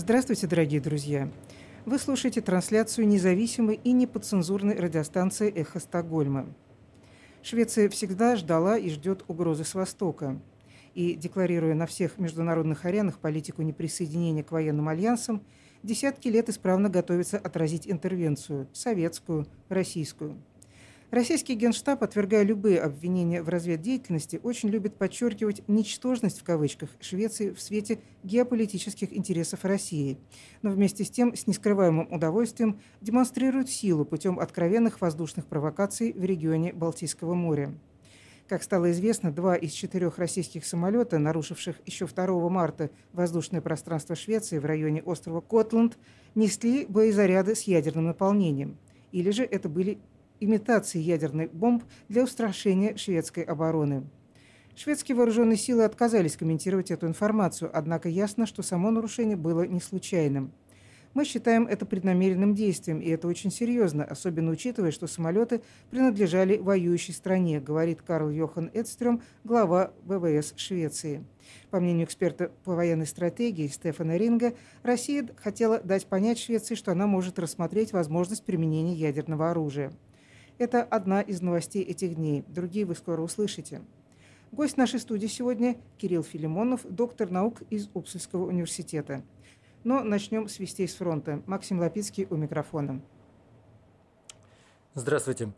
Здравствуйте, дорогие друзья! Вы слушаете трансляцию независимой и неподцензурной радиостанции «Эхо Стокгольма». Швеция всегда ждала и ждет угрозы с Востока. И, декларируя на всех международных аренах политику неприсоединения к военным альянсам, десятки лет исправно готовится отразить интервенцию – советскую, российскую. Российский Генштаб, отвергая любые обвинения в разведдеятельности, очень любит подчеркивать «ничтожность» в кавычках Швеции в свете геополитических интересов России, но вместе с тем с нескрываемым удовольствием демонстрирует силу путем откровенных воздушных провокаций в регионе Балтийского моря. Как стало известно, 2 из 4 российских самолета, нарушивших еще 2 марта воздушное пространство Швеции в районе острова Готланд, несли боезаряды с ядерным наполнением. Или же это были имитации ядерных бомб для устрашения шведской обороны. Шведские вооруженные силы отказались комментировать эту информацию, однако ясно, что само нарушение было не случайным. Мы считаем это преднамеренным действием, и это очень серьезно, особенно учитывая, что самолеты принадлежали воюющей стране, говорит Карл Йохан Эдстрём, глава ВВС Швеции. По мнению эксперта по военной стратегии Стефана Ринга, Россия хотела дать понять Швеции, что она может рассмотреть возможность применения ядерного оружия. Это одна из новостей этих дней. Другие вы скоро услышите. Гость нашей студии сегодня Кирилл Филимонов, доктор наук из Упсальского университета. Но начнем с вестей с фронта. Максим Лапицкий у микрофона. Здравствуйте.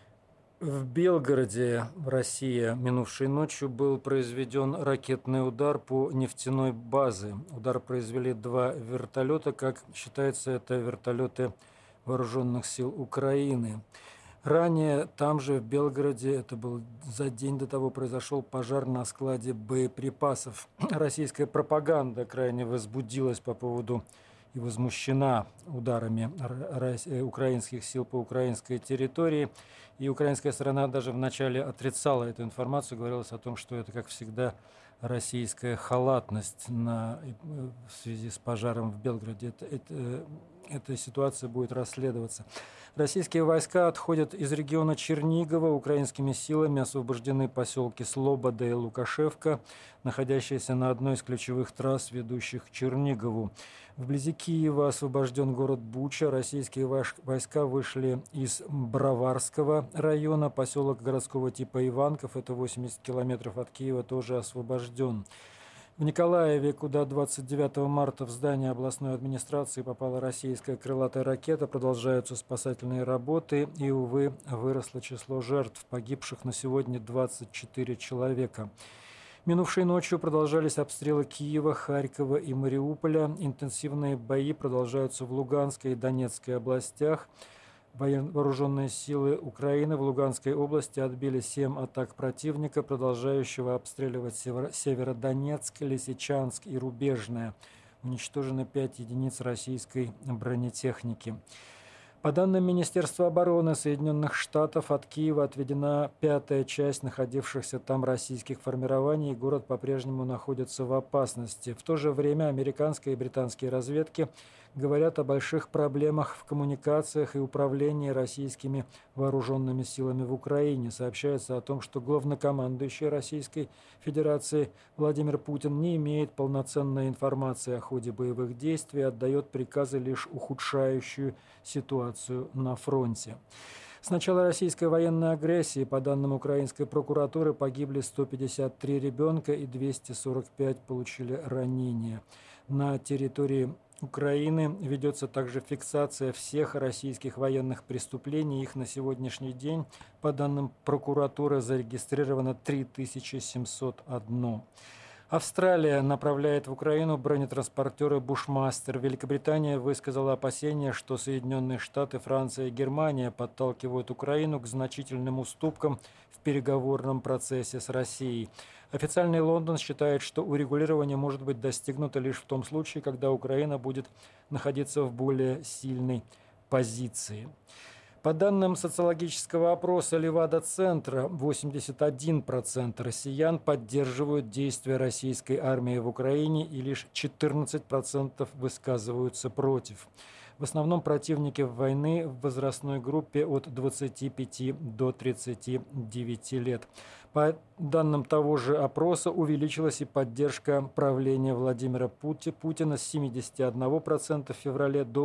В Белгороде, в России, минувшей ночью был произведен ракетный удар по нефтяной базе. Удар произвели 2 вертолета. Как считается, это вертолеты вооруженных сил Украины. Ранее там же, в Белгороде, это был за день до того, произошел пожар на складе боеприпасов. Российская пропаганда крайне возбудилась по поводу и возмущена ударами украинских сил по украинской территории. И украинская сторона даже вначале отрицала эту информацию, говорилось о том, что это, как всегда, российская халатность в связи с пожаром в Белгороде. Эта ситуация будет расследоваться. Российские войска отходят из региона Чернигова. Украинскими силами освобождены поселки Слобода и Лукашевка, находящиеся на одной из ключевых трасс, ведущих к Чернигову. Вблизи Киева освобожден город Буча. Российские войска вышли из Броварского района. Поселок городского типа Иванков, это 80 километров от Киева, тоже освобожден. В Николаеве, куда 29 марта в здание областной администрации попала российская крылатая ракета, продолжаются спасательные работы и, увы, выросло число жертв, погибших на сегодня 24 человека. Минувшей ночью продолжались обстрелы Киева, Харькова и Мариуполя. Интенсивные бои продолжаются в Луганской и Донецкой областях. Вооруженные силы Украины в Луганской области отбили 7 атак противника, продолжающего обстреливать Северодонецк, Лисичанск и Рубежное. Уничтожено 5 единиц российской бронетехники. По данным Министерства обороны Соединенных Штатов, от Киева отведена 5-я часть находившихся там российских формирований, и город по-прежнему находится в опасности. В то же время американские и британские разведки говорят о больших проблемах в коммуникациях и управлении российскими вооруженными силами в Украине. Сообщается о том, что главнокомандующий Российской Федерации Владимир Путин не имеет полноценной информации о ходе боевых действий и отдает приказы, лишь ухудшающую ситуацию на фронте. С начала российской военной агрессии, по данным украинской прокуратуры, погибли 153 ребенка и 245 получили ранения. На территории Украины ведется также фиксация всех российских военных преступлений. Их на сегодняшний день, по данным прокуратуры, зарегистрировано 3701. Австралия направляет в Украину бронетранспортеры «Бушмастер». Великобритания высказала опасения, что Соединенные Штаты, Франция и Германия подталкивают Украину к значительным уступкам в переговорном процессе с Россией. Официальный Лондон считает, что урегулирование может быть достигнуто лишь в том случае, когда Украина будет находиться в более сильной позиции. По данным социологического опроса Левада-центра, 81% россиян поддерживают действия российской армии в Украине и лишь 14% высказываются против. В основном противники войны в возрастной группе от 25 до 39 лет. По данным того же опроса, увеличилась и поддержка правления Владимира Путина с 71% в феврале до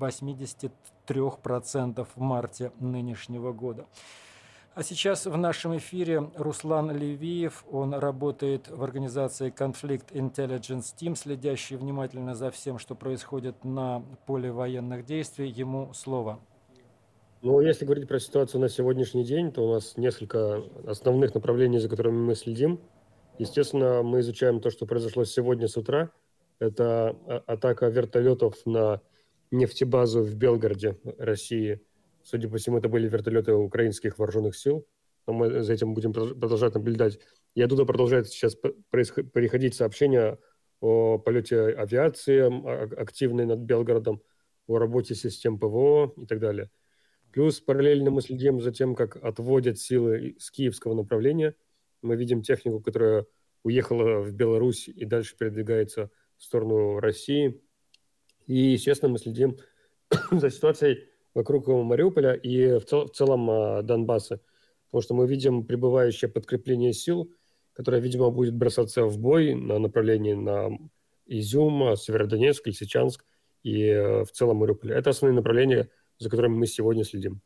83% в марте нынешнего года. А сейчас в нашем эфире Руслан Левиев. Он работает в организации Conflict Intelligence Team, следящий внимательно за всем, что происходит на поле военных действий. Ему слово. Ну, если говорить про ситуацию на сегодняшний день, то у нас несколько основных направлений, за которыми мы следим. Естественно, мы изучаем то, что произошло сегодня с утра. Это атака вертолетов на нефтебазу в Белгороде, России. Судя по всему, это были вертолеты украинских вооруженных сил. Но мы за этим будем продолжать наблюдать. И оттуда продолжает сейчас приходить сообщения о полете авиации активной над Белгородом, о работе систем ПВО и так далее. Плюс параллельно мы следим за тем, как отводят силы с киевского направления. Мы видим технику, которая уехала в Беларусь и дальше передвигается в сторону России. И, естественно, мы следим за ситуацией вокруг Мариуполя и в целом Донбасса. Потому что мы видим прибывающее подкрепление сил, которое, видимо, будет бросаться в бой на направлении на Изюм, Северодонецк, Лисичанск и в целом Мариуполь. Это основные направления, за которыми мы сегодня следим.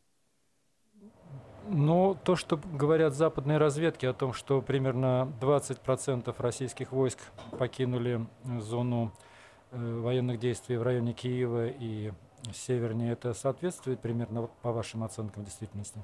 Но то, что говорят западные разведки о том, что примерно 20% российских войск покинули зону военных действий в районе Киева и севернее, это соответствует примерно, по вашим оценкам, действительности?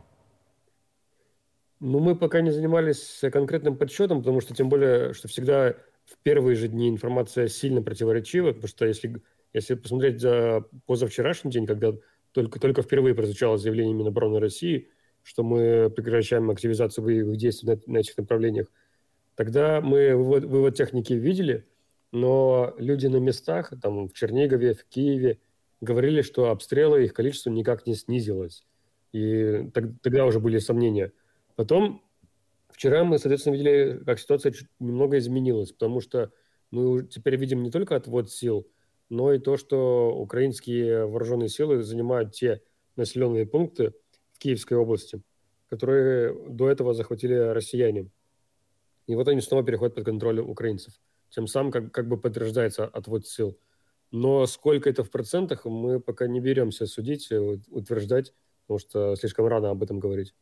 Ну, мы пока не занимались конкретным подсчетом, потому что, тем более, что всегда в первые же дни информация сильно противоречива, потому что если посмотреть за позавчерашний день, когда только впервые прозвучало заявление Минобороны России, что мы прекращаем активизацию боевых действий на этих направлениях, тогда мы вывод техники видели, но люди на местах, там в Чернигове, в Киеве, говорили, что обстрелы, их количество никак не снизилось. И тогда уже были сомнения. Потом, вчера мы, соответственно, видели, как ситуация немного изменилась, потому что мы теперь видим не только отвод сил, но и то, что украинские вооруженные силы занимают те населенные пункты в Киевской области, которые до этого захватили россияне. И вот они снова переходят под контроль украинцев. Тем самым как бы подтверждается отвод сил. Но сколько это в процентах, мы пока не беремся судить, утверждать, потому что слишком рано об этом говорить.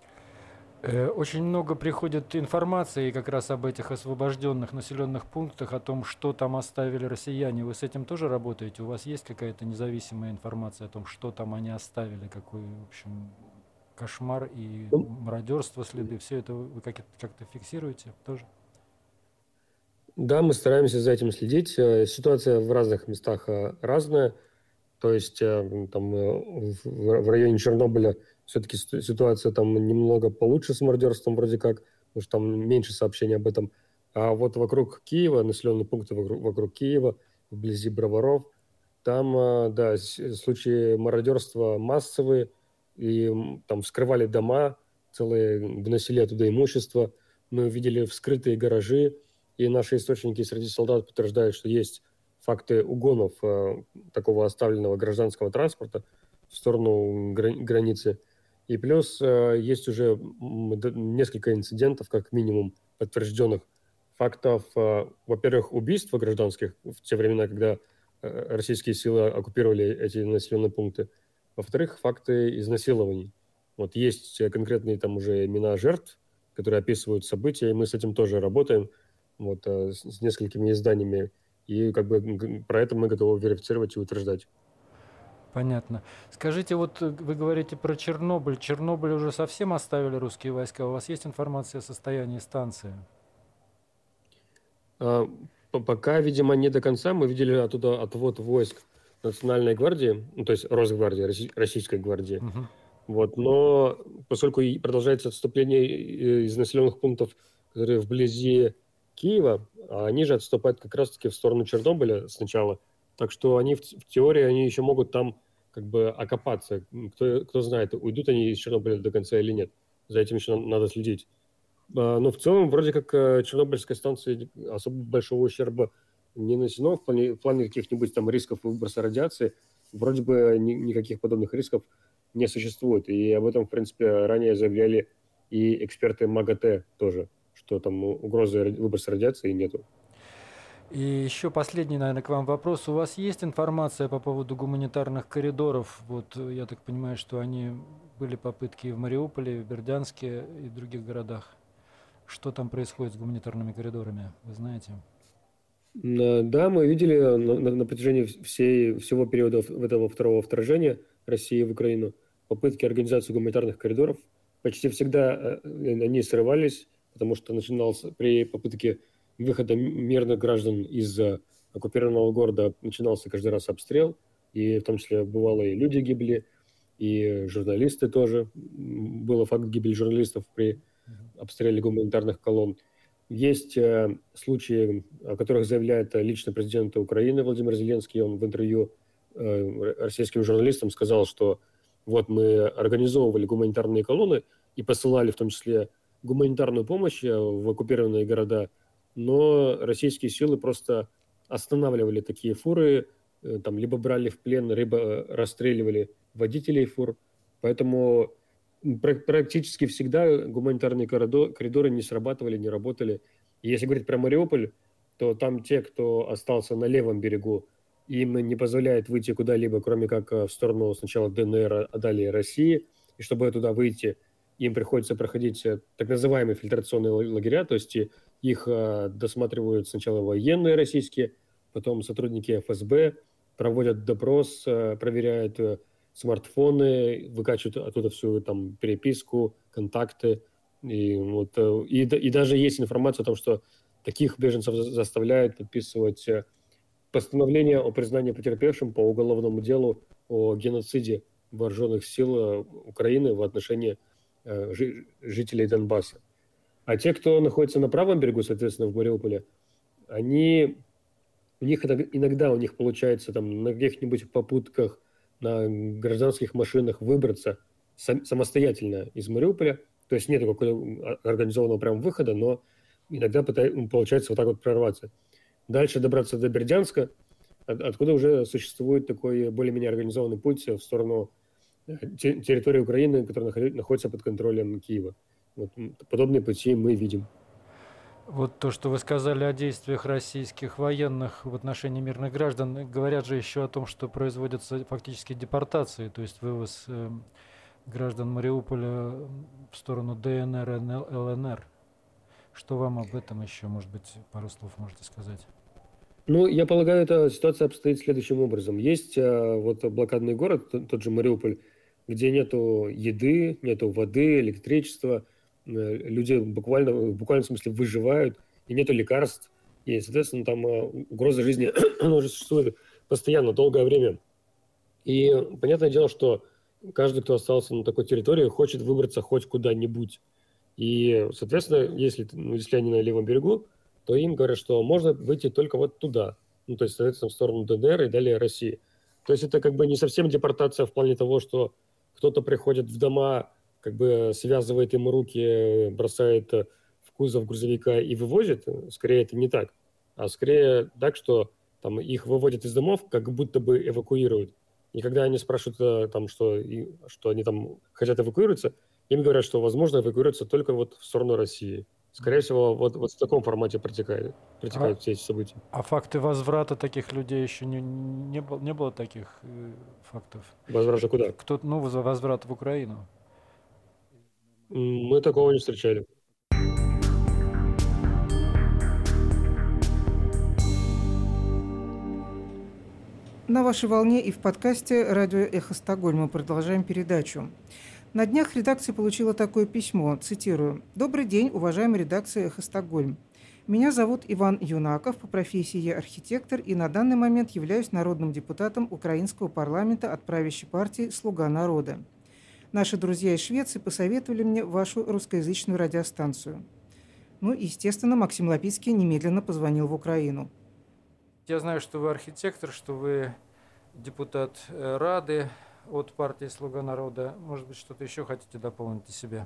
Очень много приходит информации как раз об этих освобожденных населенных пунктах, о том, что там оставили россияне. Вы с этим тоже работаете? У вас есть какая-то независимая информация о том, что там они оставили, какой, в общем, кошмар и мародерство, следы? Все это вы как-то фиксируете тоже? Да, мы стараемся за этим следить. Ситуация в разных местах разная. То есть там в районе Чернобыля все-таки ситуация там немного получше с мародерством вроде как, потому что там меньше сообщений об этом. А вот вокруг Киева, населенные пункты вокруг Киева, вблизи Броваров, там, да, случаи мародерства массовые, и там вскрывали дома, целые, выносили оттуда имущество. Мы увидели вскрытые гаражи, и наши источники среди солдат подтверждают, что есть факты угонов такого оставленного гражданского транспорта в сторону границы. И плюс есть уже несколько инцидентов, как минимум, подтвержденных фактов, во-первых, убийства гражданских в те времена, когда российские силы оккупировали эти населенные пункты. Во-вторых, факты изнасилований. Вот есть конкретные там уже имена жертв, которые описывают события, и мы с этим тоже работаем, вот, с несколькими изданиями. И как бы про это мы готовы верифицировать и утверждать. Понятно. Скажите, вот вы говорите про Чернобыль. Чернобыль уже совсем оставили русские войска. У вас есть информация о состоянии станции? Пока, видимо, не до конца. Мы видели оттуда отвод войск Национальной гвардии, ну, то есть Росгвардии, Российской гвардии. Угу. Вот, но поскольку продолжается отступление из населенных пунктов, которые вблизи Киева, они же отступают как раз-таки в сторону Чернобыля сначала. Так что они в теории они еще могут там как бы окопаться. Кто знает, уйдут они из Чернобыля до конца или нет. За этим еще надо следить. Но в целом, вроде как Чернобыльской станции особо большого ущерба не нанесено в плане каких-нибудь там рисков выброса радиации. вроде бы никаких подобных рисков не существует. И об этом, в принципе, ранее заявляли и эксперты МАГАТЭ тоже, что там угрозы выброса радиации нету. И еще последний, наверное, к вам вопрос. У вас есть информация по поводу гуманитарных коридоров? Вот я так понимаю, что они были попытки и в Мариуполе, и в Бердянске, и в других городах. Что там происходит с гуманитарными коридорами, вы знаете? Да, мы видели на протяжении всего периода этого второго вторжения России в Украину попытки организации гуманитарных коридоров. Почти всегда они срывались, потому что начинался при попытке выхода мирных граждан из оккупированного города начинался каждый раз обстрел, и в том числе бывало и люди гибли, и журналисты тоже. Был факт гибели журналистов при обстреле гуманитарных колонн. Есть случаи, о которых заявляет лично президент Украины Владимир Зеленский. Он в интервью российским журналистам сказал, что вот мы организовывали гуманитарные колонны и посылали в том числе гуманитарную помощь в оккупированные города, но российские силы просто останавливали такие фуры, там либо брали в плен, либо расстреливали водителей фур. Поэтому практически всегда гуманитарные коридоры не срабатывали, не работали. И если говорить про Мариуполь, то там те, кто остался на левом берегу, им не позволяет выйти куда-либо, кроме как в сторону сначала ДНР, а далее России. И чтобы туда выйти, им приходится проходить так называемые фильтрационные лагеря, то есть их досматривают сначала военные российские, потом сотрудники ФСБ, проводят допрос, проверяют смартфоны, выкачивают оттуда всю там переписку, контакты. И даже есть информация о том, что таких беженцев заставляют подписывать постановление о признании потерпевшим по уголовному делу о геноциде вооруженных сил Украины в отношении жителей Донбасса. А те, кто находится на правом берегу, соответственно, в Мариуполе, у них иногда у них получается там на каких-нибудь попутках на гражданских машинах выбраться самостоятельно из Мариуполя. То есть нет какого-то организованного прям выхода, но иногда получается вот так вот прорваться. Дальше добраться до Бердянска, откуда уже существует такой более-менее организованный путь в сторону территории Украины, которая находится под контролем Киева. Вот подобные пути мы видим. Вот то, что вы сказали о действиях российских военных в отношении мирных граждан, говорят же еще о том, что производятся фактически депортации, то есть вывоз граждан Мариуполя в сторону ДНР и ЛНР. Что вам об этом еще, может быть, пару слов можете сказать? Ну, я полагаю, эта ситуация обстоит следующим образом. Есть вот блокадный город, тот же Мариуполь, где нету еды, нету воды, электричества, люди в буквальном смысле выживают, и нету лекарств, и, соответственно, там угроза жизни она уже существует постоянно, долгое время. И понятное дело, что каждый, кто остался на такой территории, хочет выбраться хоть куда-нибудь. И, соответственно, если они на левом берегу, то им говорят, что можно выйти только вот туда. Ну, то есть, соответственно, в сторону ДНР и далее России. То есть это как бы не совсем депортация в плане того, что кто-то приходит в дома, как бы связывает им руки, бросает в кузов грузовика и вывозит. Скорее это не так. А скорее так, что там их выводят из домов, как будто бы эвакуируют. И когда они спрашивают, там, что они там хотят эвакуироваться, им говорят, что возможно эвакуироваться только вот в сторону России. Скорее всего, вот в таком формате протекают все эти события. А факты возврата таких людей еще не было таких фактов? Возврата куда? Возврат в Украину. Мы такого не встречали. На вашей волне и в подкасте «Радио Эхо Стокгольма» продолжаем передачу. На днях редакция получила такое письмо, цитирую. «Добрый день, уважаемая редакция «Эхо Стокгольм». Меня зовут Иван Юнаков, по профессии я архитектор и на данный момент являюсь народным депутатом украинского парламента от правящей партии «Слуга народа». Наши друзья из Швеции посоветовали мне вашу русскоязычную радиостанцию. Ну, естественно, Максим Лапицкий немедленно позвонил в Украину. Я знаю, что вы архитектор, что вы депутат Рады от партии «Слуга народа». Может быть, что-то еще хотите дополнить о себе?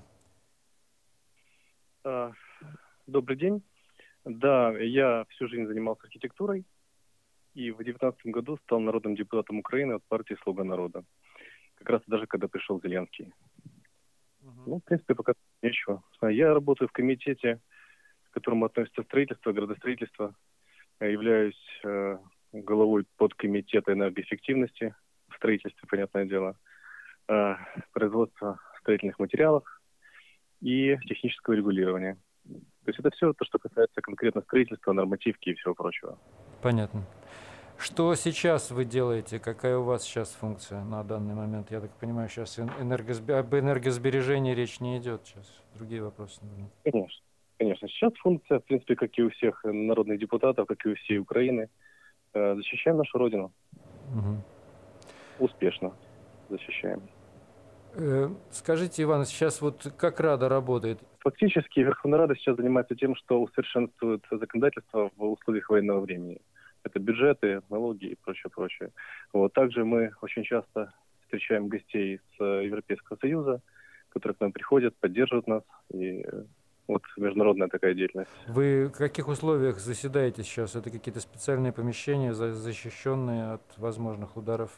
Добрый день. Да, я всю жизнь занимался архитектурой. и в 2019 году стал народным депутатом Украины от партии «Слуга народа». Как раз даже когда пришел Зеленский. Ну, в принципе, пока нечего. Я работаю в комитете, к которому относится строительство, градостроительство. Я являюсь главой подкомитета энергоэффективности в строительстве, понятное дело, производства строительных материалов и технического регулирования. То есть это все то, что касается конкретно строительства, нормативки и всего прочего. Понятно. Что сейчас вы делаете? Какая у вас сейчас функция на данный момент? Я так понимаю, сейчас об энергосбережении речь не идет. Сейчас другие вопросы. Конечно. Конечно. Сейчас функция, в принципе, как и у всех народных депутатов, как и у всей Украины, защищаем нашу Родину. Угу. Успешно защищаем. Скажите, Иван, сейчас вот как Рада работает? Фактически Верховная Рада сейчас занимается тем, что усовершенствует законодательство в условиях военного времени. Это бюджеты, налоги и прочее. Вот. Также мы очень часто встречаем гостей с Европейского Союза, которые к нам приходят, поддерживают нас. И вот международная такая деятельность. Вы в каких условиях заседаете сейчас? Это какие-то специальные помещения, защищенные от возможных ударов?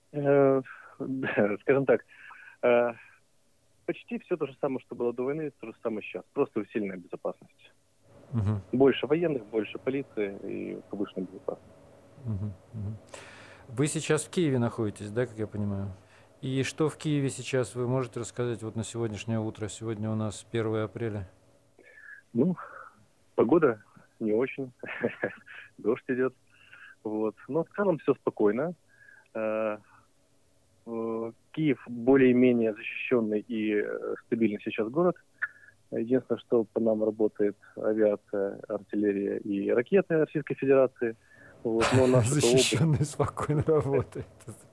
Скажем так, почти все то же самое, что было до войны, то же самое сейчас. Просто усиленная безопасность. Угу. Больше военных, больше полиции и повышенная безопасность. Угу. Угу. Вы сейчас в Киеве находитесь, да, как я понимаю? И что в Киеве сейчас вы можете рассказать вот на сегодняшнее утро? Сегодня у нас 1 апреля. Ну, погода не очень. Дождь идет. Вот. Но в целом все спокойно. Киев более-менее защищенный и стабильный сейчас город. Единственное, что по нам работает авиация, артиллерия и ракеты Российской Федерации. Вот. Но защищенный спокойно работает.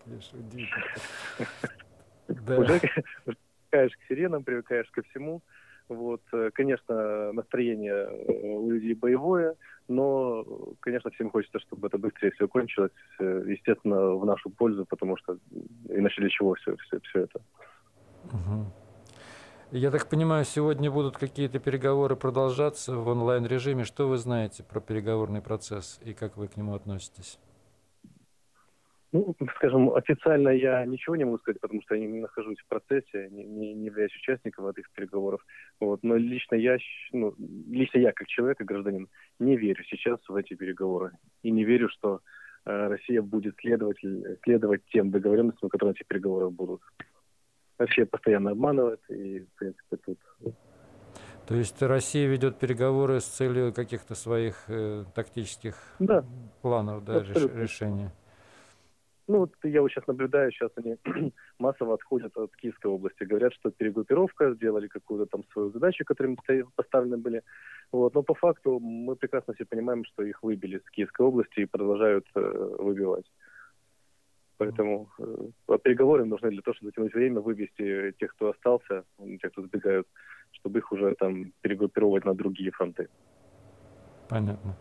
Уже привыкаешь к сиренам, привыкаешь ко всему. Вот, конечно, настроение у людей боевое, но, конечно, всем хочется, чтобы это быстрее все кончилось, естественно, в нашу пользу, потому что иначе для чего все это. Угу. Я так понимаю, сегодня будут какие-то переговоры продолжаться в онлайн-режиме. Что вы знаете про переговорный процесс и как вы к нему относитесь? Ну, скажем, официально я ничего не могу сказать, потому что я не нахожусь в процессе, не являюсь участником этих переговоров. Вот. Но лично я, как человек и гражданин, не верю сейчас в эти переговоры. И не верю, что Россия будет следовать тем договоренностям, которые эти переговоры будут. Россия постоянно обманывает, и, в принципе, тут... То есть Россия ведет переговоры с целью каких-то своих тактических планов, да, решения? Ну, вот я вот сейчас наблюдаю, сейчас они массово отходят от Киевской области. Говорят, что перегруппировка, сделали какую-то там свою задачу, которые им поставлены были. Вот. Но по факту мы прекрасно все понимаем, что их выбили с Киевской области и продолжают выбивать. Поэтому переговоры нужны для того, чтобы затянуть время, вывести тех, кто остался, тех, кто сбегают, чтобы их уже там перегруппировать на другие фронты. Понятно.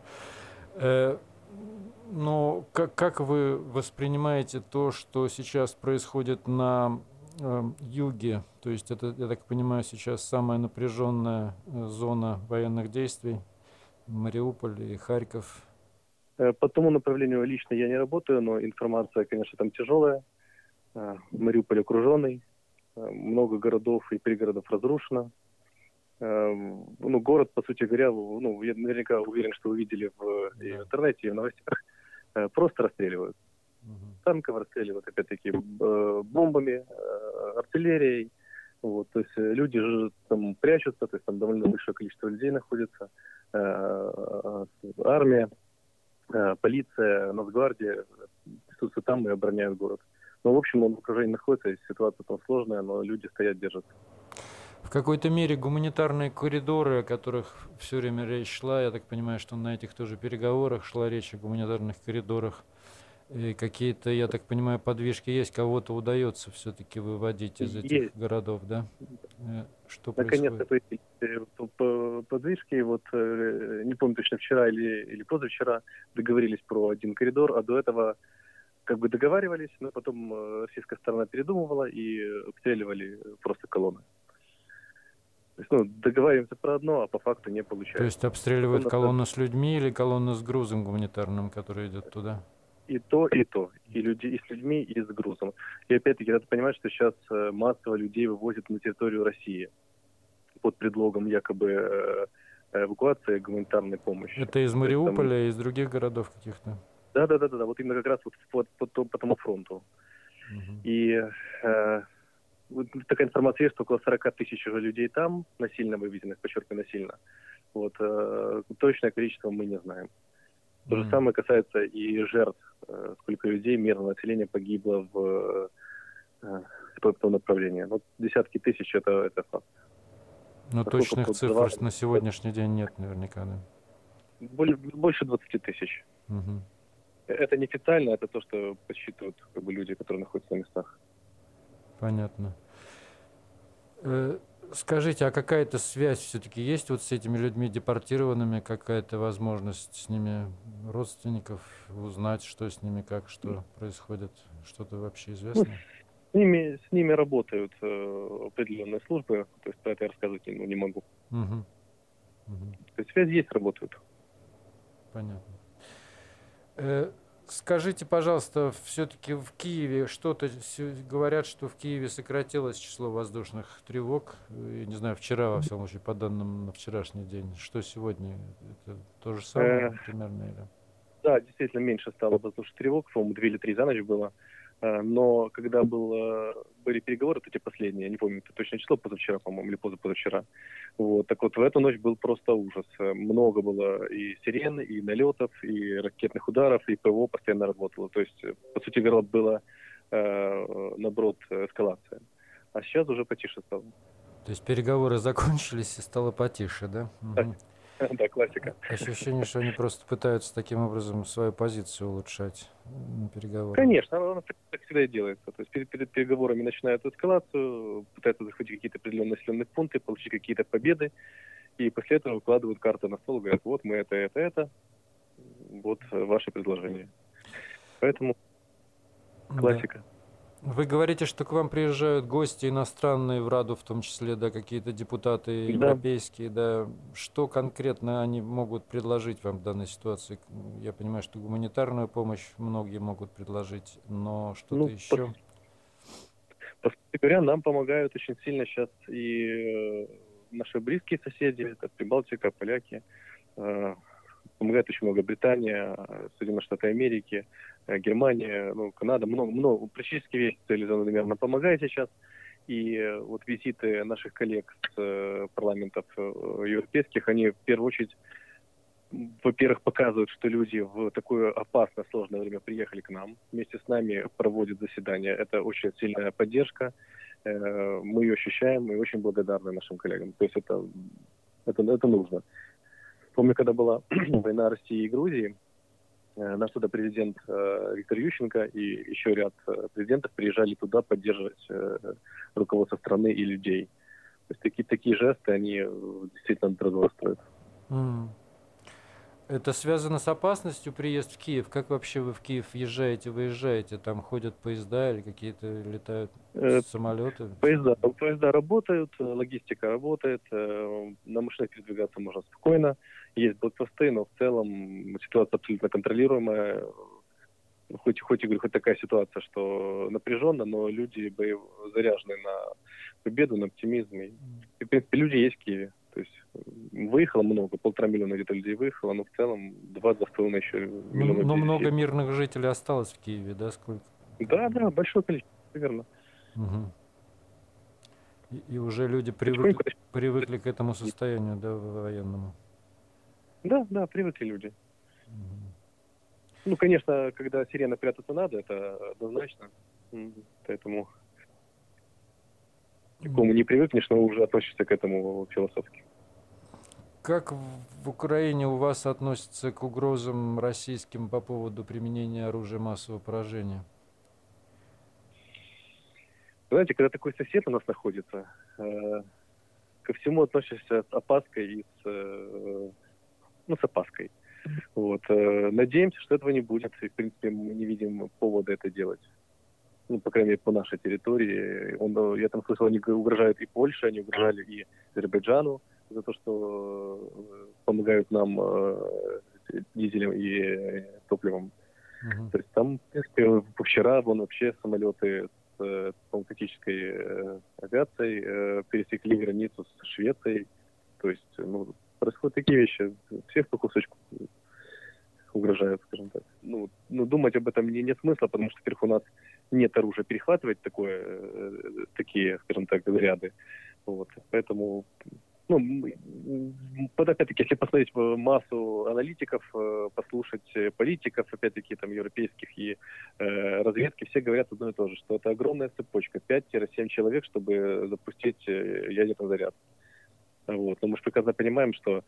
Но как вы воспринимаете то, что сейчас происходит на юге? То есть это, я так понимаю, сейчас самая напряженная зона военных действий, Мариуполь и Харьков. По тому направлению лично я не работаю, но информация, конечно, там тяжелая. Мариуполь окруженный, много городов и пригородов разрушено. Ну, город, по сути говоря, ну, я наверняка уверен, что вы видели в интернете и в новостях, просто расстреливают. Танков расстреливают, опять-таки, бомбами, артиллерией. Вот, то есть люди же там прячутся, то есть там довольно большое количество людей находится, армия, полиция, Нацгвардия присутствуют там и обороняют город. Но, в общем, он в окружении находится, ситуация там сложная, но люди стоят, держатся. В какой-то мере гуманитарные коридоры, о которых все время речь шла, я так понимаю, что на этих тоже переговорах шла речь о гуманитарных коридорах. И какие-то, я так понимаю, подвижки есть, кого-то удается все-таки выводить из этих городов, да? Что происходит? Наконец-то подвижки, вот не помню точно, вчера или позавчера договорились про один коридор, а до этого как бы договаривались, но потом российская сторона передумывала и обстреливали просто колонны. То есть, ну, договариваемся про одно, а по факту не получается. То есть обстреливают колонну с людьми или колонну с грузом гуманитарным, который идет туда? и то, и то. И с людьми, и с грузом. И опять-таки надо понимать, что сейчас массово людей вывозят на территорию России под предлогом якобы эвакуации, гуманитарной помощи. Это из Мариуполя, из других городов каких-то? Да. Вот именно как раз вот по тому фронту. Угу. И вот такая информация есть, что около 40 тысяч уже людей там, насильно вывезенных, подчеркиваю, насильно. Вот, точное количество мы не знаем. То же самое касается и жертв. Сколько людей, мирного населения погибло в том направлении. Ну, десятки тысяч это факт. Но точных цифр на сегодняшний день нет наверняка, да? Больше 20 тысяч. Угу. Это неофициально, это то, что подсчитывают как бы, люди, которые находятся на местах. Понятно. Скажите, а какая-то связь все-таки есть вот с этими людьми депортированными? Какая-то возможность с ними родственников узнать, что с ними, как, что происходит? Что-то вообще известно? С ними работают определенные службы, то есть про это я рассказывать не могу. Угу. Угу. То есть связь есть, работают. Понятно. Скажите, пожалуйста, все-таки в Киеве что-то говорят, что в Киеве сократилось число воздушных тревог. Я не знаю, вчера, во всяком случае, по данным на вчерашний день. Что сегодня? Это то же самое примерно? Или? Да, действительно, меньше стало воздушных тревог. По-моему, 2 или 3 за ночь было. Но когда были переговоры, эти последние, я не помню, это точное число, позавчера, по-моему, или позавчера. Вот. Так вот, в эту ночь был просто ужас. Много было и сирен, и налетов, и ракетных ударов, и ПВО постоянно работало. То есть, по сути говоря, была, наоборот, эскалация. А сейчас уже потише стало. То есть переговоры закончились и стало потише, да? Угу. Да, классика. Ощущение, что они просто пытаются таким образом свою позицию улучшать на переговорах. Конечно, оно так всегда и делается. То есть перед переговорами начинают эскалацию, пытаются захватить какие-то определенные населенные пункты, получить какие-то победы, и после этого выкладывают карты на стол, говорят, вот мы это, вот ваше предложение. Поэтому классика. Да. Вы говорите, что к вам приезжают гости иностранные в Раду, в том числе, да, какие-то депутаты европейские, да. Что конкретно они могут предложить вам в данной ситуации? Я понимаю, что гуманитарную помощь многие могут предложить, но что-то еще? По сути говоря, нам помогают очень сильно сейчас и наши близкие соседи, это Прибалтика, поляки, помогает очень много Британия, Соединенные Штаты Америки, Германия, Канада, много, практически весь цивилизованный мир нам помогает сейчас. И вот визиты наших коллег с парламентов европейских, они в первую очередь, во-первых, показывают, что люди в такое опасное, сложное время приехали к нам, вместе с нами проводят заседания. Это очень сильная поддержка, мы ее ощущаем и очень благодарны нашим коллегам. То есть это нужно. Помню, когда была война России и Грузии, наш туда президент Виктор Ющенко и еще ряд президентов приезжали туда поддерживать руководство страны и людей. То есть такие жесты, они действительно дорогостоят. Это связано с опасностью приезд в Киев? Как вообще вы в Киев въезжаете, выезжаете? Там ходят поезда или какие-то летают самолеты? Поезда работают, логистика работает, на машинах передвигаться можно спокойно. Есть блокпосты, но в целом ситуация абсолютно контролируемая. Хоть такая ситуация, что напряженно, но люди заряжены на победу, на оптимизм. И, в принципе, люди есть в Киеве. То есть выехало много, 1,5 миллиона где-то людей выехало, но в целом 2,5 еще миллиона. Но много мирных жителей осталось в Киеве, да? Сколько? Да, большое количество, верно. Угу. И уже люди привыкли к этому состоянию, да, военному. Да, привыкли люди. Конечно, когда сирена прятаться надо, это однозначно. Поэтому такому не привыкнешь, но уже относишься к этому философски. Как в Украине у вас относятся к угрозам российским по поводу применения оружия массового поражения? Знаете, когда такой сосед у нас находится, ко всему относишься с опаской и с опаской. Вот. Надеемся, что этого не будет. И, в принципе, мы не видим повода это делать. По крайней мере, по нашей территории. Я там слышал, они угрожают и Польше, они угрожали и Азербайджану за то, что помогают нам дизелем и топливом. То есть там, в принципе, вчера вон вообще самолеты с тактической авиацией пересекли границу с Швецией. То есть, ну, происходят такие вещи. Всех по кусочку угрожают, скажем так. Ну, думать об этом нет смысла, потому что, во-первых, у нас нет оружия перехватывать такие, скажем так, заряды. Вот. Поэтому, опять-таки, если посмотреть массу аналитиков, послушать политиков, опять-таки, там, европейских и разведки, все говорят одно и то же, что это огромная цепочка, 5-7 человек, чтобы запустить ядерный заряд. Вот. Но мы же прекрасно понимаем, что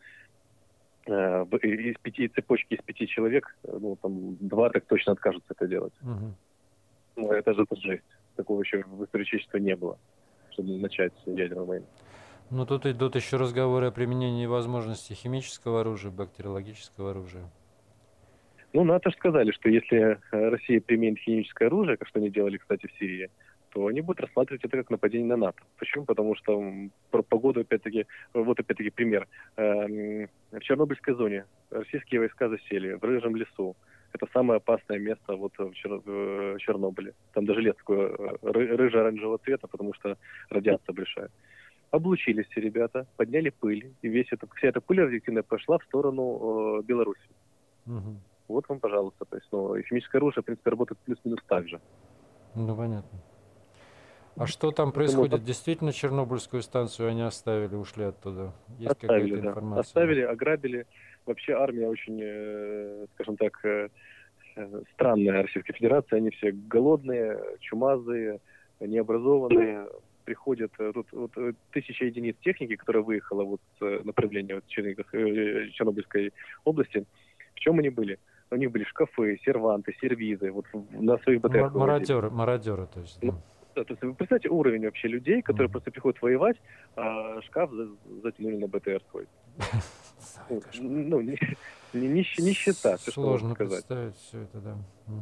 из 5 цепочки, из 5 человек, ну, там, 2 так точно откажутся это делать. Ну, это же жесть. Такого еще в истории человечества не было, чтобы начать ядерную войну. Ну, тут идут еще разговоры о применении возможностей химического оружия, бактериологического оружия. Ну, НАТО же сказали, что если Россия применит химическое оружие, как что они делали, кстати, в Сирии, то они будут рассматривать это как нападение на НАТО. Почему? Потому что про погоду, опять-таки, вот опять-таки пример. В Чернобыльской зоне российские войска засели в рыжем лесу. Это самое опасное место вот в Чернобыле. Там даже лес такой рыже-оранжевого цвета, потому что радиация большая. Облучились все ребята, подняли пыль, и вся эта пыль радиоактивная пошла в сторону Беларуси. Вот вам, пожалуйста. То есть, и химическое оружие, в принципе, работает плюс-минус так же. Ну, понятно. А что там происходит? Действительно, Чернобыльскую станцию они оставили, ушли оттуда? Есть какая-то информация? Оставили, ограбили. Вообще армия очень, скажем так, странная Российской Федерации. Они все голодные, чумазые, необразованные. Приходят тут 1000 единиц техники, которая выехала вот с направления вот Чернобыльской области. В чем они были? У них были шкафы, серванты, сервизы. Вот на своих БТРах. Мародеры, то есть. Да. Да, то есть вы представьте уровень вообще людей, которые просто приходят воевать, а шкаф затянули на БТР свой. Ну, нищета. Сложно представить все это, да.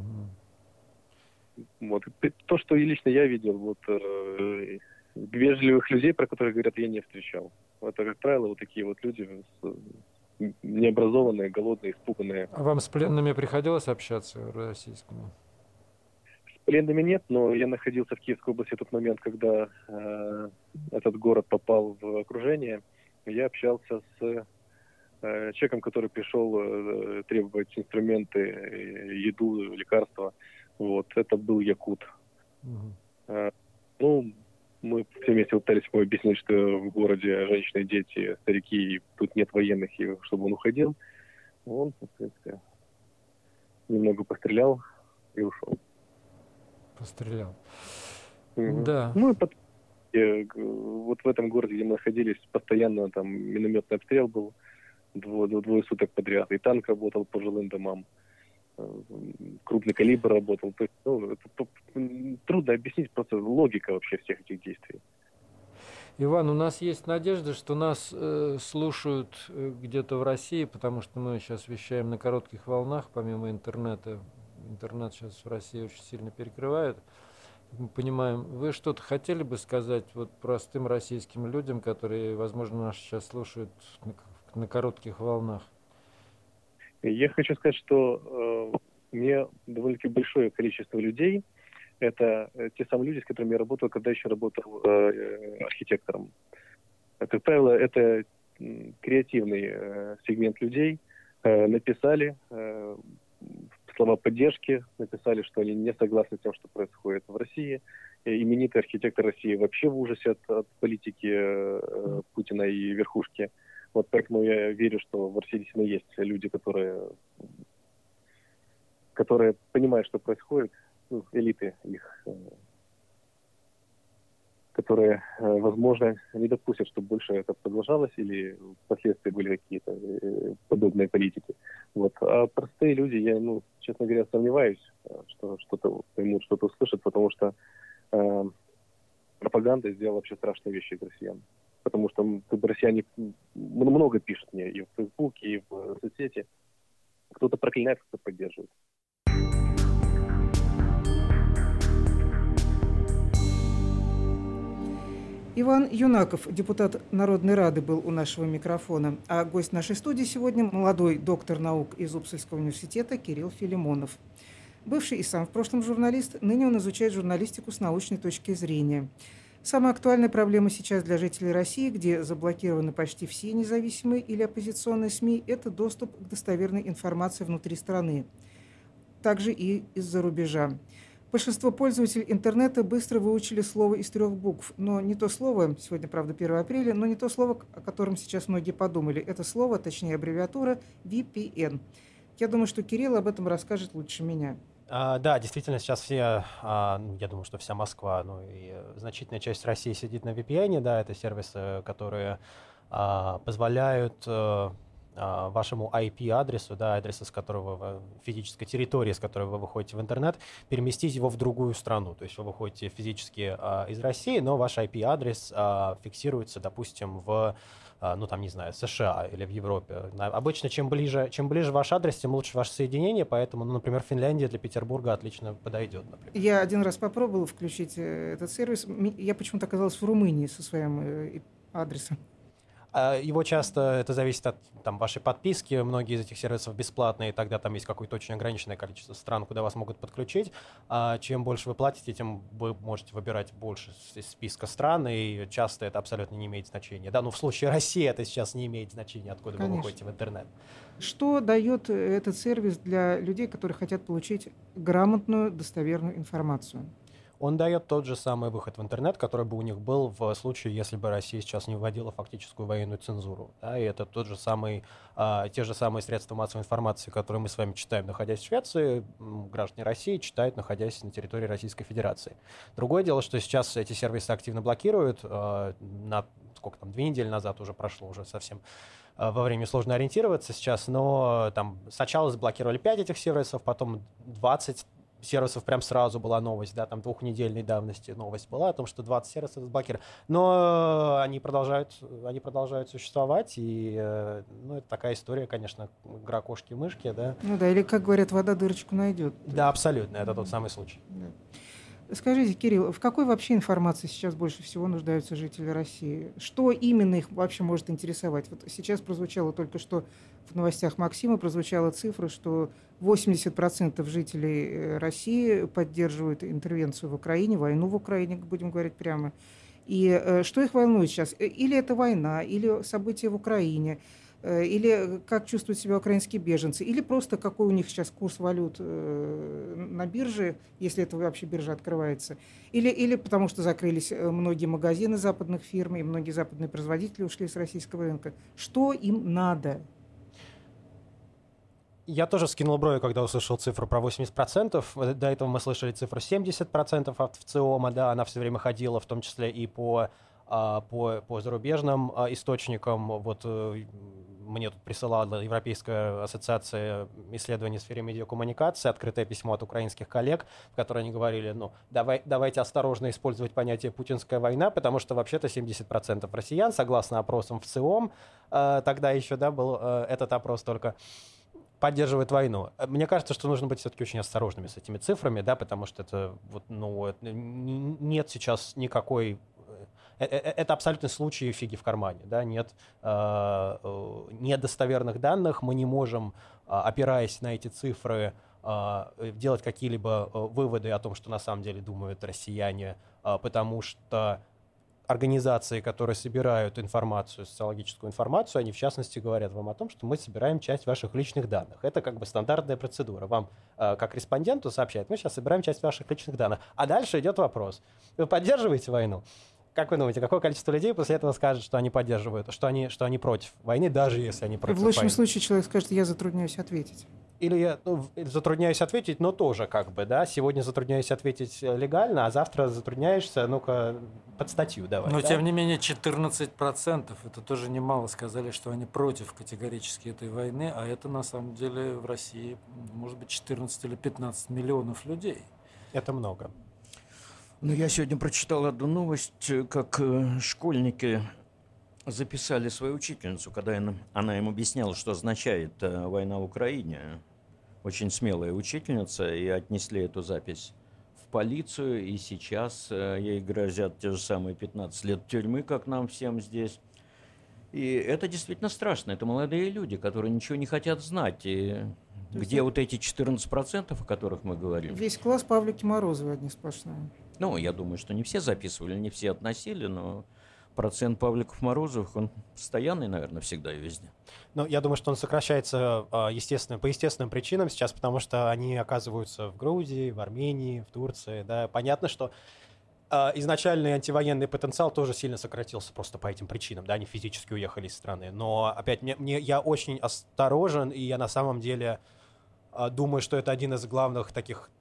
Вот. То, что лично я видел, вот вежливых людей, про которых говорят, я не встречал. Это, как правило, вот такие вот люди необразованные, голодные, испуганные. А вам с пленными приходилось общаться российскими? С пленными нет, но я находился в Киевской области в тот момент, когда этот город попал в окружение. Я общался с человеком, который пришел требовать инструменты, еду, лекарства. Вот, это был якут. Ну, мы все вместе пытались ему объяснить, что в городе женщины, дети, старики, и тут нет военных, и чтобы он уходил. Он, в принципе, немного пострелял и ушел. Пострелял. Да. Ну, и вот в этом городе, где мы находились, постоянно там минометный обстрел был двое суток подряд. И танк работал по жилым домам. Крупный калибр работал. То есть, это трудно объяснить, просто логика вообще всех этих действий. Иван, у нас есть надежда, что нас слушают где-то в России, потому что мы сейчас вещаем на коротких волнах, помимо интернета. Интернет сейчас в России очень сильно перекрывает. Мы понимаем, вы что-то хотели бы сказать вот простым российским людям, которые, возможно, нас сейчас слушают на коротких волнах? Я хочу сказать, что мне довольно-таки большое количество людей, это те самые люди, с которыми я работал, когда еще работал архитектором. Как правило, это креативный сегмент людей. Написали слова поддержки, написали, что они не согласны с тем, что происходит в России. Именитый архитектор России вообще в ужасе от политики Путина и верхушки. Вот поэтому я верю, что в России действительно есть люди, которые понимают, что происходит, элиты их, которые, возможно, не допустят, чтобы больше это продолжалось или впоследствии были какие-то подобные политики. Вот. А простые люди, я, честно говоря, сомневаюсь, что что-то поймут, что-то услышат, потому что пропаганда сделала вообще страшные вещи из россиян. Потому что россияне много пишут мне и в Фейсбуке, и в соцсети. Кто-то проклинает, кто-то поддерживает. Иван Юнаков, депутат Народной Рады, был у нашего микрофона. А гость нашей студии сегодня – молодой доктор наук из Упсальского университета Кирилл Филимонов. Бывший и сам в прошлом журналист, ныне он изучает журналистику с научной точки зрения. Самая актуальная проблема сейчас для жителей России, где заблокированы почти все независимые или оппозиционные СМИ, это доступ к достоверной информации внутри страны, также и из-за рубежа. Большинство пользователей интернета быстро выучили слово из 3 букв, но не то слово, сегодня, правда, 1 апреля, но не то слово, о котором сейчас многие подумали. Это слово, точнее аббревиатура VPN. Я думаю, что Кирилл об этом расскажет лучше меня. Да, действительно, сейчас все, я думаю, что вся Москва, ну и значительная часть России сидит на VPN, да, это сервисы, которые позволяют вашему IP-адресу, да, адресу, с которого физической территории, с которой вы выходите в интернет, переместить его в другую страну. То есть вы выходите физически из России, но ваш IP-адрес фиксируется, допустим, в, ну там, не знаю, США или в Европе. Обычно, чем ближе ваш адрес, тем лучше ваше соединение, поэтому, ну, например, Финляндия для Петербурга отлично подойдет. Например. Я один раз попробовал включить этот сервис. Я почему-то оказалась в Румынии со своим адресом. Его часто, это зависит от там, вашей подписки, многие из этих сервисов бесплатные, тогда там есть какое-то очень ограниченное количество стран, куда вас могут подключить. Чем больше вы платите, тем вы можете выбирать больше из списка стран, и часто это абсолютно не имеет значения. Да, ну в случае России это сейчас не имеет значения, откуда Конечно. Вы выходите в интернет. Что дает этот сервис для людей, которые хотят получить грамотную, достоверную информацию? Он дает тот же самый выход в интернет, который бы у них был в случае, если бы Россия сейчас не вводила фактическую военную цензуру. Да, и это те же самые средства массовой информации, которые мы с вами читаем, находясь в Швеции, граждане России читают, находясь на территории Российской Федерации. Другое дело, что сейчас эти сервисы активно блокируют. На 2 недели назад уже прошло, уже совсем во времени сложно ориентироваться сейчас, но там сначала заблокировали 5 этих сервисов, потом 20 сервисов прям сразу была новость, да, там 2-недельной давности новость была о том, что 20 сервисов заблокировали. Но они продолжают существовать, и ну, это такая история, конечно, игра кошки-мышки, да. Ну да, или, как говорят, вода дырочку найдет. Да, абсолютно, это тот самый случай. Да. Скажите, Кирилл, в какой вообще информации сейчас больше всего нуждаются жители России? Что именно их вообще может интересовать? Вот сейчас прозвучало только что в новостях Максима, прозвучала цифра, что 80% жителей России поддерживают интервенцию в Украине, войну в Украине, будем говорить прямо. И что их волнует сейчас? Или это война, или события в Украине, или как чувствуют себя украинские беженцы, или просто какой у них сейчас курс валют на бирже, если это вообще биржа открывается, или потому что закрылись многие магазины западных фирм, и многие западные производители ушли с российского рынка. Что им надо? Я тоже скинул брови, когда услышал цифру про 80%. До этого мы слышали цифру 70% от ВЦИОМа, да, она все время ходила, в том числе и по зарубежным источникам. Вот мне тут присылала Европейская ассоциация исследований в сфере медиакоммуникации открытое письмо от украинских коллег, в котором они говорили, ну, давайте осторожно использовать понятие «путинская война», потому что вообще-то 70% россиян, согласно опросам ВЦИОМ, тогда еще, да, был этот опрос только, поддерживает войну. Мне кажется, что нужно быть все-таки очень осторожными с этими цифрами, да, потому что это, вот, ну, нет сейчас никакой... Это абсолютно случай фиги в кармане, да, нет достоверных данных, мы не можем, опираясь на эти цифры, делать какие-либо выводы о том, что на самом деле думают россияне, потому что организации, которые собирают информацию, социологическую информацию, они в частности говорят вам о том, что мы собираем часть ваших личных данных. Это как бы стандартная процедура. Вам, как респонденту, сообщают, мы сейчас собираем часть ваших личных данных. А дальше идет вопрос. Вы поддерживаете войну? Как вы думаете, какое количество людей после этого скажет, что они поддерживают, что они против войны, даже если они против войны? В лучшем случае человек скажет, я затрудняюсь ответить. Или я затрудняюсь ответить, но тоже как бы, да, сегодня затрудняюсь ответить легально, а завтра затрудняешься, ну-ка, под статью давай. Но да? Тем не менее 14%, это тоже немало, сказали, что они против категорически этой войны, а это на самом деле в России может быть 14 или 15 миллионов людей. Это много. Ну, я сегодня прочитал одну новость, как школьники записали свою учительницу, когда она им объясняла, что означает война в Украине. Очень смелая учительница, и отнесли эту запись в полицию, и сейчас ей грозят те же самые 15 лет тюрьмы, как нам всем здесь. И это действительно страшно. Это молодые люди, которые ничего не хотят знать. И Где вот эти 14%, о которых мы говорим? Весь класс Павлики Морозовой одни сплошные. Ну, я думаю, что не все записывали, не все относили, но процент Павликов Морозовых, он постоянный, наверное, всегда и везде. Ну, я думаю, что он сокращается по естественным причинам сейчас, потому что они оказываются в Грузии, в Армении, в Турции. Да. Понятно, что изначальный антивоенный потенциал тоже сильно сократился просто по этим причинам. Да, они физически уехали из страны. Но опять, я очень осторожен, и я на самом деле думаю, что это один из главных таких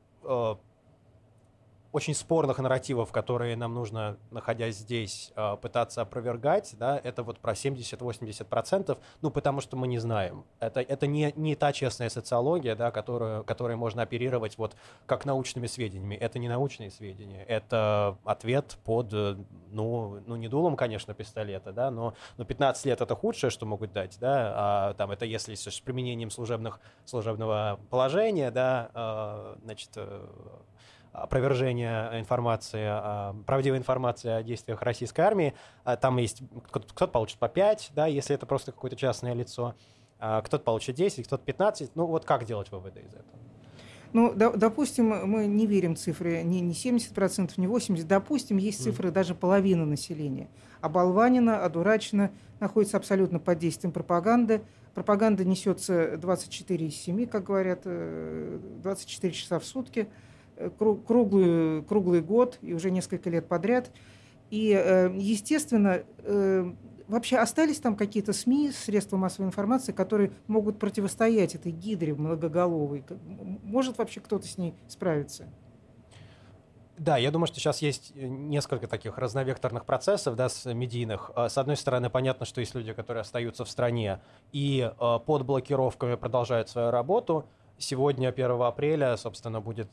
очень спорных нарративов, которые нам нужно, находясь здесь, пытаться опровергать, да, это вот про 70-80%, ну, потому что мы не знаем. Это не та честная социология, да, которой можно оперировать вот как научными сведениями. Это не научные сведения, это ответ под, ну не дулом, конечно, пистолета, да, но 15 лет это худшее, что могут дать, да, а там это если с применением служебного положения, да, значит, опровержение информации, правдивой информации о действиях российской армии. Там есть, кто-то получит по 5, да, если это просто какое-то частное лицо, кто-то получит 10, кто-то 15. Ну вот как делать выводы из этого? Ну, допустим, мы не верим цифре не 70%, не 80%. Допустим, есть цифры даже половины населения. Оболванено, одурачено, находится абсолютно под действием пропаганды. Пропаганда несется 24 из 7, как говорят, 24 часа в сутки. Круглый год и уже несколько лет подряд. И, естественно, вообще остались там какие-то СМИ, средства массовой информации, которые могут противостоять этой гидре многоголовой. Может вообще кто-то с ней справиться? Да, я думаю, что сейчас есть несколько таких разновекторных процессов, да, медийных. С одной стороны, понятно, что есть люди, которые остаются в стране и под блокировками продолжают свою работу. Сегодня, 1 апреля, собственно, будет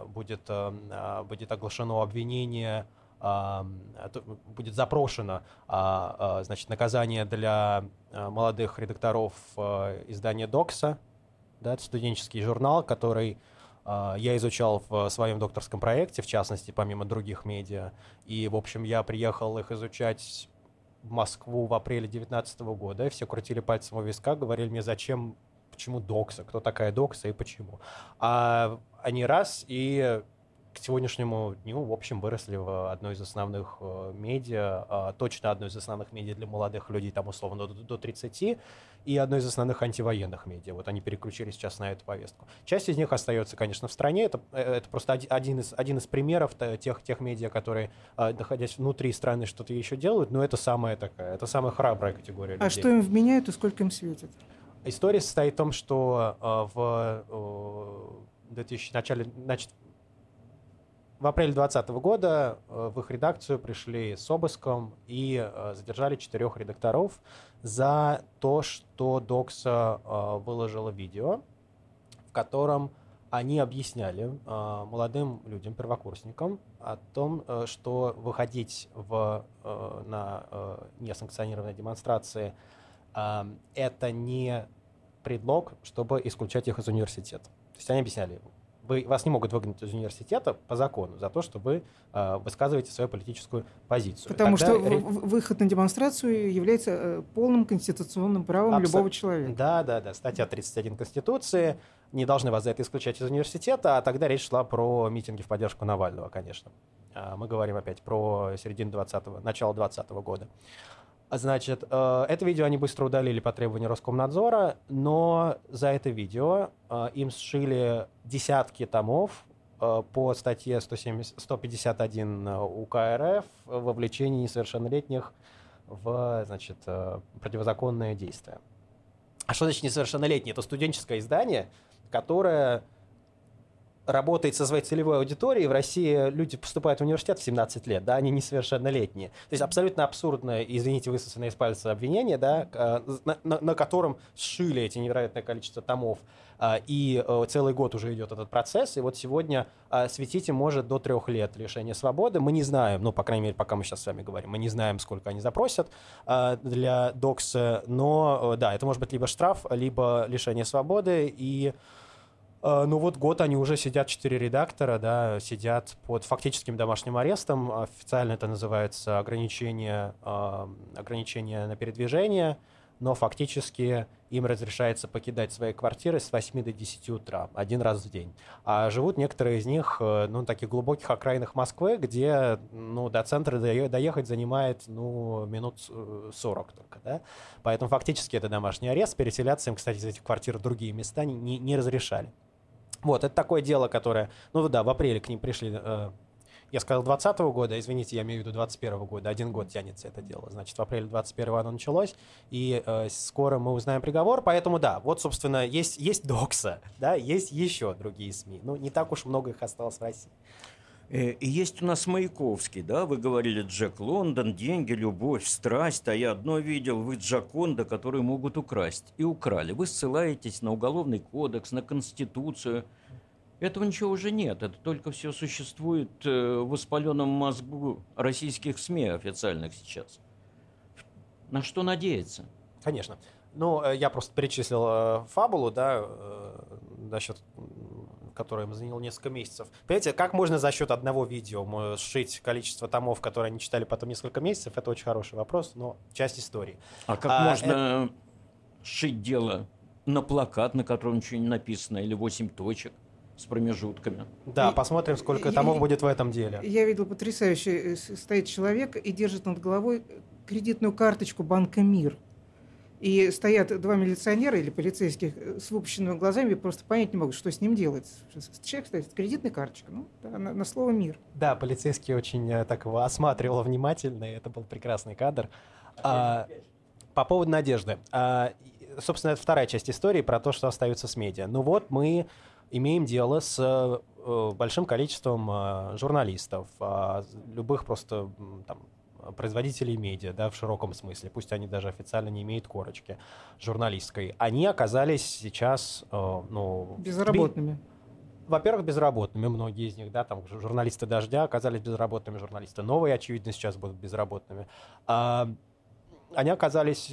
оглашено обвинение, будет запрошено, значит, наказание для молодых редакторов издания «Докса», да, это студенческий журнал, который я изучал в своем докторском проекте, в частности, помимо других медиа. И, в общем, я приехал их изучать в Москву в апреле 2019 года, и все крутили пальцем у виска, говорили мне, почему Докса, кто такая Докса и почему. А они раз и к сегодняшнему дню, в общем, выросли в одной из основных медиа, точно одной из основных медиа для молодых людей, там условно до 30, и одной из основных антивоенных медиа. Вот они переключились сейчас на эту повестку. Часть из них остается, конечно, в стране. Это просто один из примеров тех медиа, которые, находясь внутри страны, что-то еще делают, но это самая храбрая категория людей. А что им вменяют и сколько им светит? История состоит в том, что в апреле 2020 года в их редакцию пришли с обыском и задержали 4 редакторов за то, что Докса выложила видео, в котором они объясняли молодым людям, первокурсникам, о том, что выходить на несанкционированные демонстрации это не предлог, чтобы исключать их из университета. То есть они объясняли, вас не могут выгнать из университета по закону за то, что вы высказываете свою политическую позицию. Потому что выход на демонстрацию является полным конституционным правом любого человека. Да. Статья 31 Конституции. Не должны вас за это исключать из университета, а тогда речь шла про митинги в поддержку Навального, конечно. Мы говорим опять про начало 2020 года. Значит, это видео они быстро удалили по требованию Роскомнадзора, но за это видео им сшили десятки томов по статье 151 УК РФ вовлечение несовершеннолетних в, значит, противозаконные действия. А что значит несовершеннолетние? Это студенческое издание, которое работает со своей целевой аудиторией. В России люди поступают в университет в 17 лет, да, они несовершеннолетние. То есть абсолютно абсурдное, извините, высосанное из пальца обвинение, да, на котором сшили эти невероятное количество томов, и целый год уже идет этот процесс, и вот сегодня светить им может до 3 лет лишения свободы. Мы не знаем, ну, по крайней мере, пока мы сейчас с вами говорим, мы не знаем, сколько они запросят для Докса, но, да, это может быть либо штраф, либо лишение свободы, и ну вот год они уже сидят, 4 редактора, да, сидят под фактическим домашним арестом. Официально это называется ограничение на передвижение. но фактически им разрешается покидать свои квартиры с 8 до 10 утра, один раз в день. А живут некоторые из них на таких глубоких окраинах Москвы, где до центра доехать занимает минут 40 только. Да? Поэтому фактически это домашний арест. Переселяться им, кстати, из этих квартир в другие места не разрешали. Вот, это такое дело, которое... в апреле к ним пришли... Я сказал 2020 года, извините, я имею в виду 2021 года. 1 год тянется это дело. Значит, в апреле 2021 оно началось, и скоро мы узнаем приговор. Поэтому, да, вот, собственно, есть Докса, да, есть еще другие СМИ. Не так уж много их осталось в России. И есть у нас Маяковский, да, вы говорили Джек Лондон, деньги, любовь, страсть, а я одно видел, вы Джаконда, которые могут украсть. И украли. Вы ссылаетесь на Уголовный кодекс, на Конституцию. Этого ничего уже нет, это только все существует в воспаленном мозгу российских СМИ официальных сейчас. На что надеяться? Конечно. Я просто перечислил фабулу, да, за счет которой им заняло несколько месяцев. Понимаете, как можно за счет одного видео сшить количество томов, которые они читали потом несколько месяцев, это очень хороший вопрос, но часть истории. А как можно сшить дело на плакат, на котором ничего не написано, или 8 точек? С промежутками. Да, посмотрим, сколько томов будет в этом деле. Я видел потрясающе, стоит человек и держит над головой кредитную карточку банка «Мир». И стоят 2 милиционера или полицейских с выпущенными глазами, и просто понять не могут, что с ним делать. Человек стоит с кредитной карточкой, на слово «Мир». Да, полицейский очень так его осматривал внимательно, и это был прекрасный кадр. По поводу Надежды. Собственно, это вторая часть истории про то, что остается с медиа. Мы имеем дело с большим количеством журналистов, любых просто производителей медиа, да, в широком смысле, пусть они даже официально не имеют корочки журналистской. Они оказались сейчас... безработными. Во-первых, безработными, многие из них, да, там журналисты «Дождя» оказались безработными, журналисты «Новые», очевидно, сейчас будут безработными. Они оказались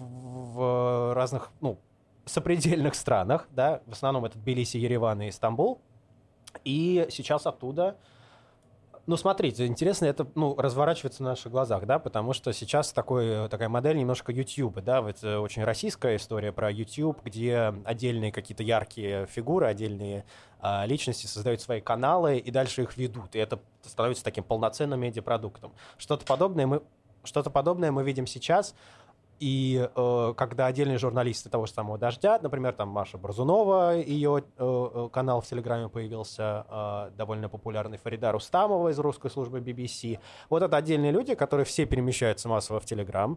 в разных, сопредельных странах, да, в основном это Тбилиси, Ереван и Стамбул, и сейчас оттуда, смотрите, интересно, это, разворачивается на наших глазах, да, потому что сейчас такая модель немножко YouTube, да, это очень российская история про YouTube, где отдельные какие-то яркие фигуры, отдельные личности создают свои каналы и дальше их ведут, и это становится таким полноценным медиапродуктом. Что-то подобное мы видим сейчас. И когда отдельные журналисты того же самого «Дождя», например, там Маша Борзунова, ее канал в Телеграме появился, довольно популярный, Фарида Рустамова из русской службы BBC. Вот это отдельные люди, которые все перемещаются массово в Телеграм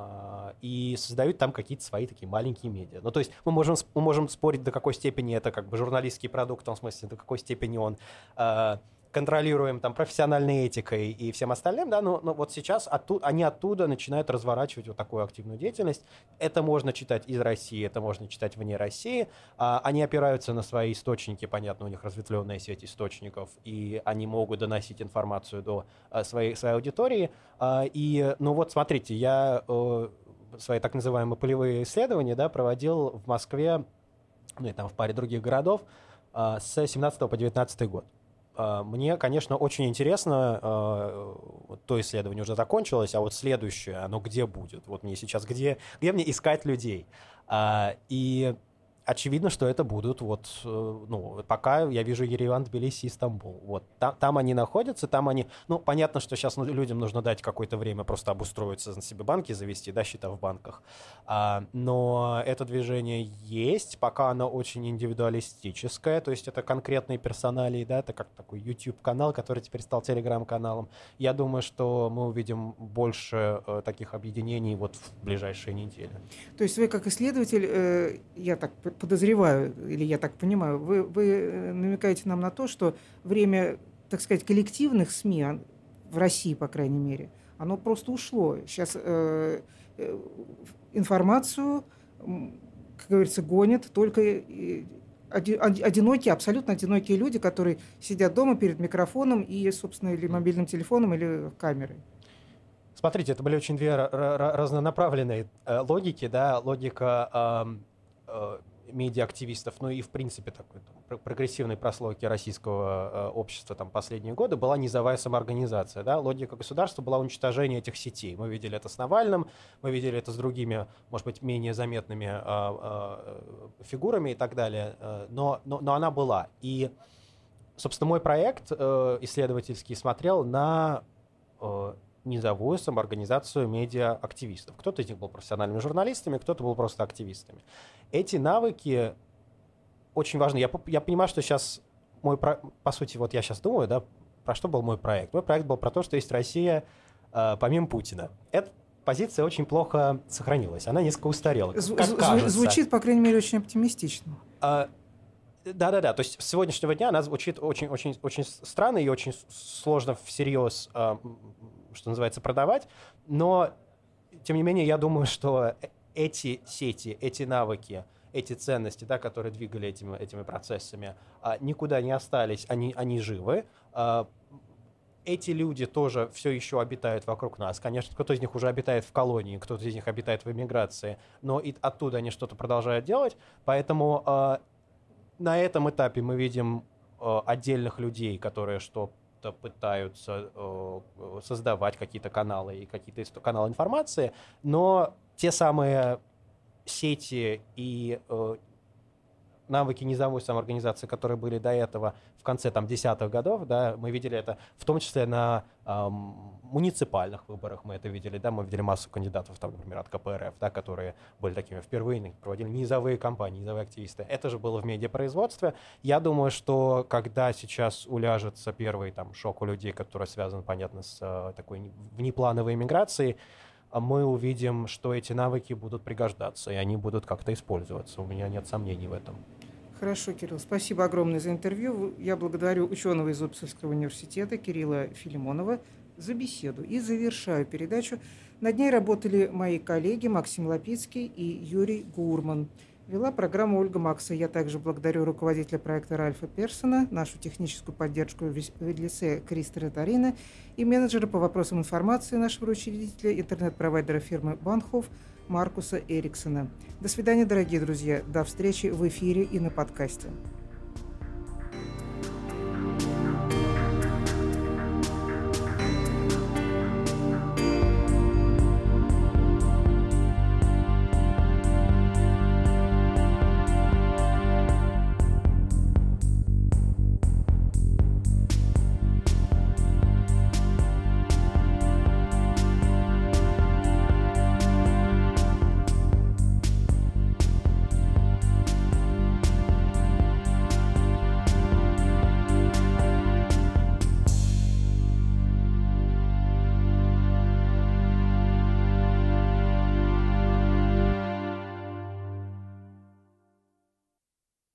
и создают там какие-то свои такие маленькие медиа. То есть мы можем спорить, до какой степени это как бы журналистский продукт, в том смысле, до какой степени он... контролируем там профессиональной этикой и всем остальным, да, но вот сейчас они оттуда начинают разворачивать вот такую активную деятельность. Это можно читать из России, это можно читать вне России. Они опираются на свои источники, понятно, у них разветвленная сеть источников, и они могут доносить информацию до своей аудитории. И, смотрите, я свои так называемые полевые исследования, да, проводил в Москве, и там в паре других городов с 17 по 19 год. Мне, конечно, очень интересно, то исследование уже закончилось, а вот следующее, оно где будет? Вот мне сейчас, где мне искать людей? И очевидно, что это будут пока я вижу Ереван, Тбилиси и Стамбул. Вот там они находятся, там они... понятно, что сейчас людям нужно дать какое-то время просто обустроиться, на себе банки завести, да, счета в банках. Но это движение есть, пока оно очень индивидуалистическое, то есть это конкретные персоналии, да, это как такой YouTube-канал, который теперь стал Telegram-каналом. Я думаю, что мы увидим больше таких объединений вот в ближайшие недели. То есть вы как исследователь, я так подозреваю, или я так понимаю, вы намекаете нам на то, что время, так сказать, коллективных СМИ в России, по крайней мере, оно просто ушло. Сейчас информацию, как говорится, гонят только одинокие, абсолютно одинокие люди, которые сидят дома перед микрофоном и, собственно, или мобильным телефоном, или камерой. Смотрите, это были очень две разнонаправленные логики, да, логика медиа-активистов, ну и в принципе такой прогрессивной прослойки российского общества последние годы была низовая самоорганизация. Да? Логика государства была уничтожение этих сетей. Мы видели это с Навальным, мы видели это с другими, может быть, менее заметными фигурами и так далее, но она была. И, собственно, мой проект исследовательский смотрел на низовую самоорганизацию медиа-активистов. Кто-то из них был профессиональными журналистами, кто-то был просто активистами. Эти навыки очень важны. Я понимаю, что сейчас по сути, вот я сейчас думаю, да, про что был мой проект. Мой проект был про то, что есть Россия помимо Путина. Эта позиция очень плохо сохранилась. Она несколько устарела, как кажется. Звучит, по крайней мере, очень оптимистично. Да. То есть с сегодняшнего дня она звучит очень странно и очень сложно всерьез, что называется, продавать. Но, тем не менее, я думаю, что эти сети, эти навыки, эти ценности, да, которые двигали этими процессами, никуда не остались, они живы. Эти люди тоже все еще обитают вокруг нас. Конечно, кто-то из них уже обитает в колонии, кто-то из них обитает в эмиграции, но и оттуда они что-то продолжают делать. Поэтому на этом этапе мы видим отдельных людей, которые что-то пытаются создавать, какие-то каналы и какие-то каналы информации, но те самые сети и навыки низовой самоорганизации, которые были до этого в конце десятых годов, да, мы видели это в том числе на муниципальных выборах, мы это видели, да, мы видели массу кандидатов, например, от КПРФ, да, которые были такими впервые, проводили низовые кампании, низовые активисты. Это же было в медиапроизводстве. Я думаю, что когда сейчас уляжется первый шок у людей, который связан, понятно, с такой внеплановой иммиграцией, мы увидим, что эти навыки будут пригождаться, и они будут как-то использоваться. У меня нет сомнений в этом. Хорошо, Кирилл, спасибо огромное за интервью. Я благодарю ученого из Упсальского университета Кирилла Филимонова за беседу. И завершаю передачу. Над ней работали мои коллеги Максим Лапицкий и Юрий Гурман. Вела программу Ольга Макса. Я также благодарю руководителя проекта Ральфа Персона, нашу техническую поддержку в лице Кристера Тарина и менеджера по вопросам информации нашего учредителя, интернет-провайдера фирмы Банхоф Маркуса Эриксона. До свидания, дорогие друзья. До встречи в эфире и на подкасте.